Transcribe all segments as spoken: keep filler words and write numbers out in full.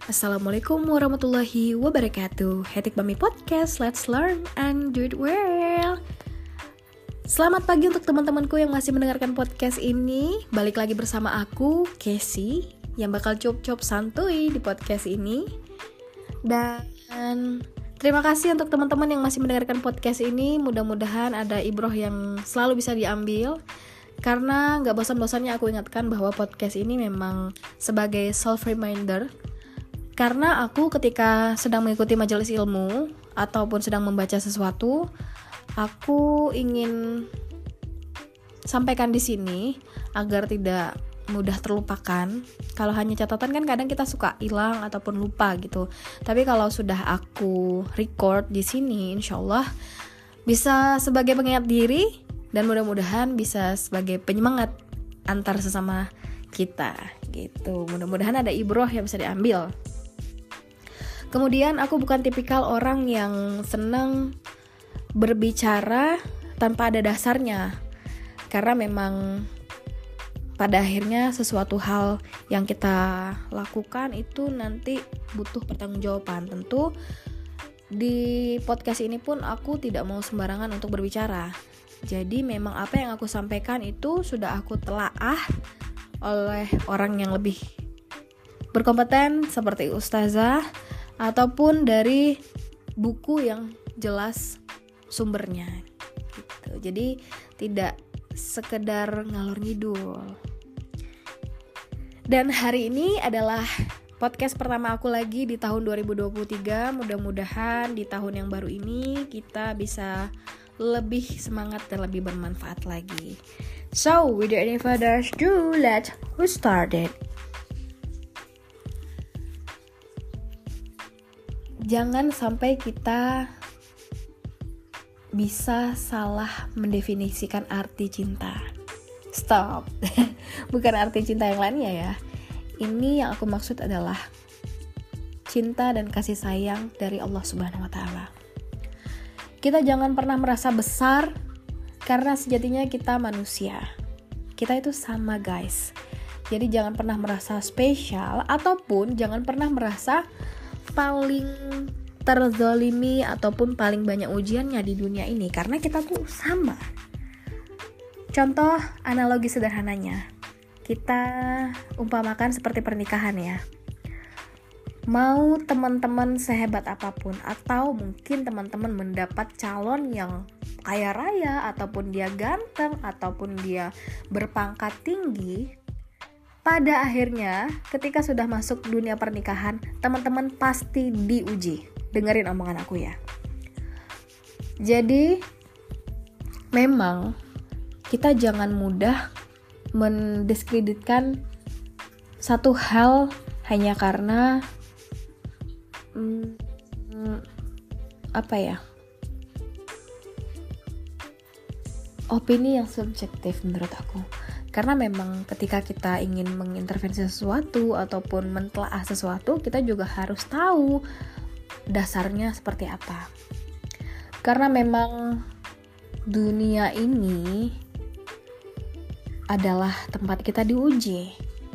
Assalamualaikum warahmatullahi wabarakatuh. Hetik Bami Podcast, let's learn and do it well. Selamat pagi untuk teman-temanku yang masih mendengarkan podcast ini. Balik lagi bersama aku, Casey, yang bakal cop-cop santuy di podcast ini. Dan terima kasih untuk teman-teman yang masih mendengarkan podcast ini. Mudah-mudahan ada ibroh yang selalu bisa diambil. Karena gak bosan-bosannya aku ingatkan bahwa podcast ini memang sebagai self-reminder. Karena aku ketika sedang mengikuti majelis ilmu ataupun sedang membaca sesuatu, aku ingin sampaikan di sini agar tidak mudah terlupakan. Kalau hanya catatan kan kadang kita suka hilang ataupun lupa gitu. Tapi kalau sudah aku record di sini, insya Allah bisa sebagai pengingat diri dan mudah-mudahan bisa sebagai penyemangat antar sesama kita gitu. Mudah-mudahan ada ibroh yang bisa diambil. Kemudian aku bukan tipikal orang yang senang berbicara tanpa ada dasarnya. Karena memang pada akhirnya sesuatu hal yang kita lakukan itu nanti butuh pertanggungjawaban. Tentu di podcast ini pun aku tidak mau sembarangan untuk berbicara. Jadi memang apa yang aku sampaikan itu sudah aku telaah oleh orang yang lebih berkompeten seperti ustazah ataupun dari buku yang jelas sumbernya gitu. Jadi tidak sekedar ngalor ngidul. Dan hari ini adalah podcast pertama aku lagi di tahun dua ribu dua puluh tiga. Mudah-mudahan di tahun yang baru ini kita bisa lebih semangat dan lebih bermanfaat lagi. So, without any further ado, let's start it. Jangan sampai kita bisa salah mendefinisikan arti cinta. Stop. Bukan arti cinta yang lainnya ya. Ini yang aku maksud adalah cinta dan kasih sayang dari Allah Subhanahu wa taala. Kita jangan pernah merasa besar karena sejatinya kita manusia. Kita itu sama, guys. Jadi jangan pernah merasa spesial ataupun jangan pernah merasa paling terzolimi ataupun paling banyak ujiannya di dunia ini, karena kita tuh sama. Contoh analogi sederhananya, kita umpamakan seperti pernikahan ya. Mau teman-teman sehebat apapun atau mungkin teman-teman mendapat calon yang kaya raya ataupun dia ganteng ataupun dia berpangkat tinggi, pada akhirnya, ketika sudah masuk dunia pernikahan, teman-teman pasti diuji. Dengerin omongan aku ya. Jadi, memang kita jangan mudah mendiskreditkan satu hal hanya karena hmm, apa ya? Opini yang subjektif menurut aku. Karena memang ketika kita ingin mengintervensi sesuatu ataupun mentelaah sesuatu, kita juga harus tahu dasarnya seperti apa. Karena memang dunia ini adalah tempat kita diuji.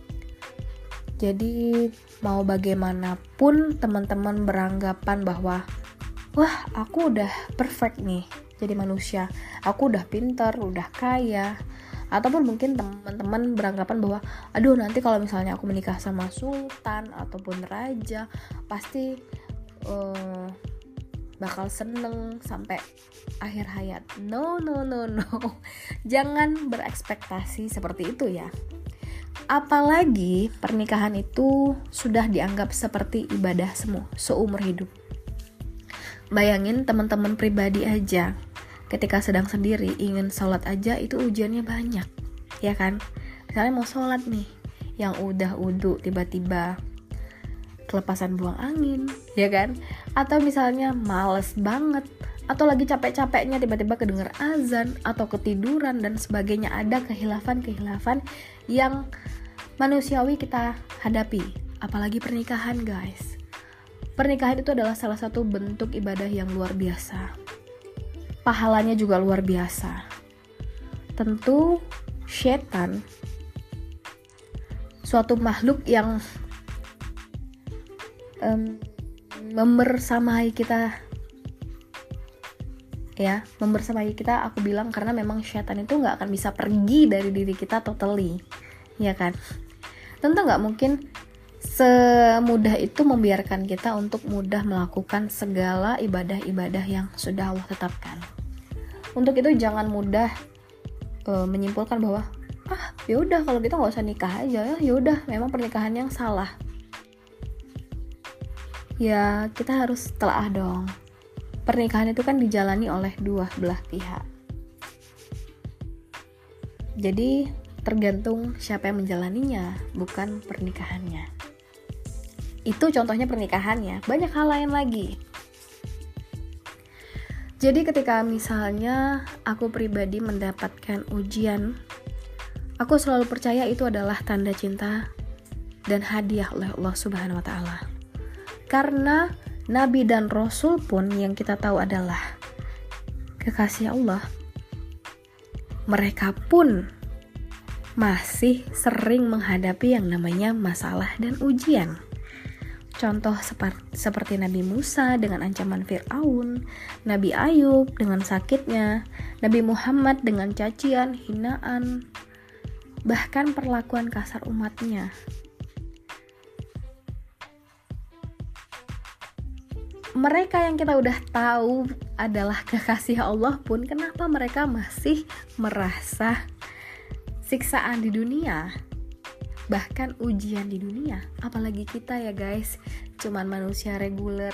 Jadi mau bagaimanapun teman-teman beranggapan bahwa wah, aku udah perfect nih jadi manusia. Aku udah pintar, udah kaya. Ataupun mungkin teman-teman beranggapan bahwa aduh nanti kalau misalnya aku menikah sama sultan ataupun raja pasti uh, bakal seneng sampai akhir hayat. No no no no. Jangan berekspektasi seperti itu ya. Apalagi pernikahan itu sudah dianggap seperti ibadah semua seumur hidup. Bayangin teman-teman pribadi aja, ketika sedang sendiri ingin sholat aja itu ujiannya banyak, ya kan? Misalnya mau sholat nih, yang udah wudu tiba-tiba kelepasan buang angin, ya kan? Atau misalnya males banget, atau lagi capek-capeknya tiba-tiba kedenger azan atau ketiduran dan sebagainya. Ada kehilafan-kehilafan yang manusiawi kita hadapi, apalagi pernikahan, guys. Pernikahan itu adalah salah satu bentuk ibadah yang luar biasa. Pahalanya juga luar biasa. Tentu setan suatu makhluk yang um, membersamai kita, ya, membersamai kita. Aku bilang karena memang syaitan itu nggak akan bisa pergi dari diri kita totally, ya kan? Tentu nggak mungkin semudah itu membiarkan kita untuk mudah melakukan segala ibadah-ibadah yang sudah Allah tetapkan. Untuk itu jangan mudah uh, menyimpulkan bahwa ah yaudah kalau kita nggak usah nikah aja ya, yaudah memang pernikahan yang salah. Ya kita harus telaah dong. Pernikahan itu kan dijalani oleh dua belah pihak. Jadi tergantung siapa yang menjalaninya, bukan pernikahannya. Itu contohnya pernikahannya. Banyak hal lain lagi. Jadi ketika misalnya aku pribadi mendapatkan ujian, aku selalu percaya itu adalah tanda cinta dan hadiah oleh Allah Subhanahu wa Ta'ala. Karena Nabi dan Rasul pun yang kita tahu adalah kekasih Allah, mereka pun masih sering menghadapi yang namanya masalah dan ujian. Contoh separ- seperti Nabi Musa dengan ancaman Fir'aun, Nabi Ayub dengan sakitnya, Nabi Muhammad dengan cacian, hinaan, bahkan perlakuan kasar umatnya. Mereka yang kita udah tahu adalah kekasih Allah pun, kenapa mereka masih merasa siksaan di dunia, bahkan ujian di dunia? Apalagi kita ya guys, cuman manusia reguler.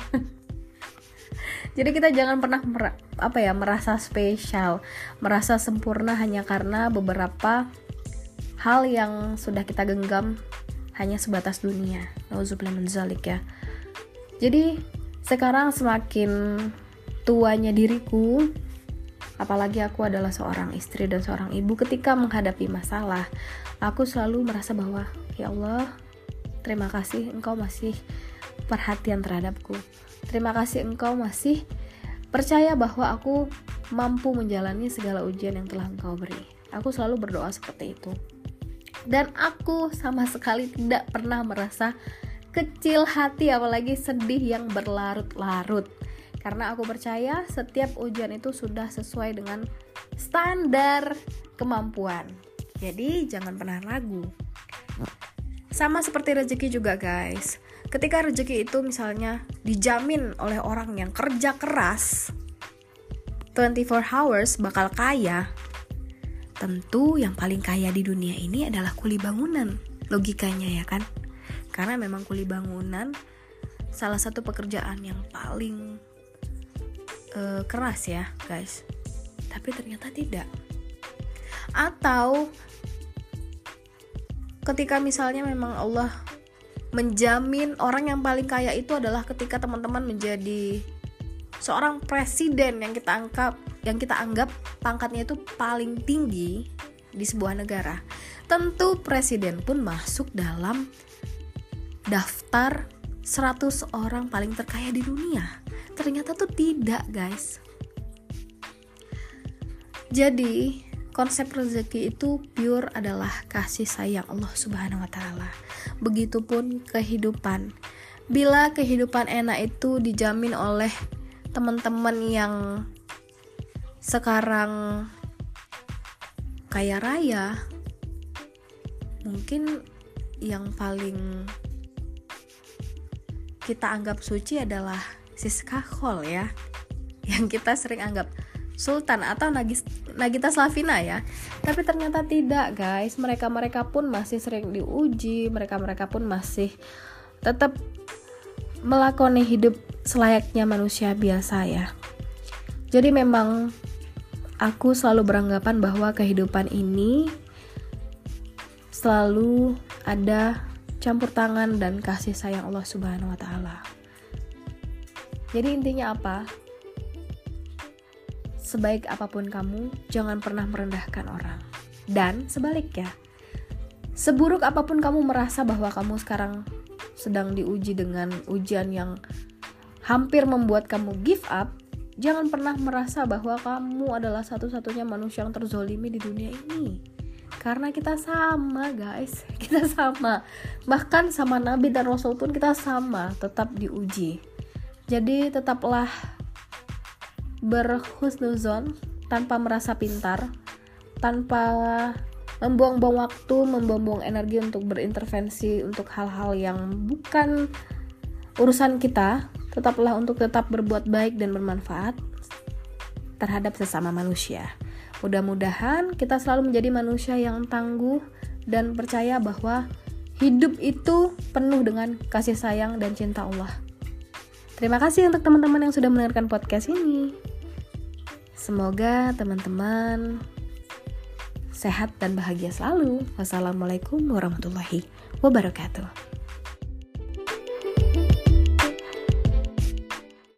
Jadi kita jangan pernah mer- apa ya merasa spesial, merasa sempurna hanya karena beberapa hal yang sudah kita genggam hanya sebatas dunia. Nauzubillah min dzalik ya. Jadi sekarang semakin tuanya diriku, apalagi aku adalah seorang istri dan seorang ibu, ketika menghadapi masalah, aku selalu merasa bahwa ya Allah, terima kasih Engkau masih perhatian terhadapku. Terima kasih Engkau masih percaya bahwa aku mampu menjalani segala ujian yang telah Engkau beri. Aku selalu berdoa seperti itu. Dan aku sama sekali tidak pernah merasa kecil hati, apalagi sedih yang berlarut-larut. Karena aku percaya setiap ujian itu sudah sesuai dengan standar kemampuan. Jadi jangan pernah ragu. Sama seperti rezeki juga guys. Ketika rezeki itu misalnya dijamin oleh orang yang kerja keras dua puluh empat hours bakal kaya, tentu yang paling kaya di dunia ini adalah kuli bangunan. Logikanya ya kan? Karena memang kuli bangunan salah satu pekerjaan yang paling uh, keras ya guys. Tapi ternyata tidak. Atau ketika misalnya memang Allah menjamin orang yang paling kaya itu adalah ketika teman-teman menjadi seorang presiden yang kita anggap yang kita anggap pangkatnya itu paling tinggi di sebuah negara. Tentu presiden pun masuk dalam daftar seratus orang paling terkaya di dunia. Ternyata tuh tidak guys. Jadi konsep rezeki itu pure adalah kasih sayang Allah Subhanahu wa Ta'ala. Begitupun kehidupan. Bila kehidupan enak itu dijamin oleh teman-teman yang sekarang kaya raya, mungkin yang paling kita anggap suci adalah Siska Khol ya, yang kita sering anggap sultan atau Nagis, Nagita Slavina ya. Tapi ternyata tidak guys, mereka-mereka pun masih sering diuji, mereka-mereka pun masih tetap melakoni hidup selayaknya manusia biasa ya. Jadi memang aku selalu beranggapan bahwa kehidupan ini selalu ada campur tangan dan kasih sayang Allah Subhanahu wa Ta'ala. Jadi intinya apa? Sebaik apapun kamu, jangan pernah merendahkan orang. Dan sebaliknya, seburuk apapun kamu merasa bahwa kamu sekarang sedang diuji dengan ujian yang hampir membuat kamu give up, jangan pernah merasa bahwa kamu adalah satu-satunya manusia yang terzolimi di dunia ini. Karena kita sama guys, kita sama. Bahkan sama Nabi dan Rasul pun kita sama, tetap diuji. Jadi tetaplah berhusnuzon, tanpa merasa pintar, tanpa membuang-buang waktu, membuang-buang energi untuk berintervensi untuk hal-hal yang bukan urusan kita. Tetaplah untuk tetap berbuat baik dan bermanfaat terhadap sesama manusia. Mudah-mudahan kita selalu menjadi manusia yang tangguh dan percaya bahwa hidup itu penuh dengan kasih sayang dan cinta Allah. Terima kasih untuk teman-teman yang sudah mendengarkan podcast ini. Semoga teman-teman sehat dan bahagia selalu. Wassalamualaikum warahmatullahi wabarakatuh.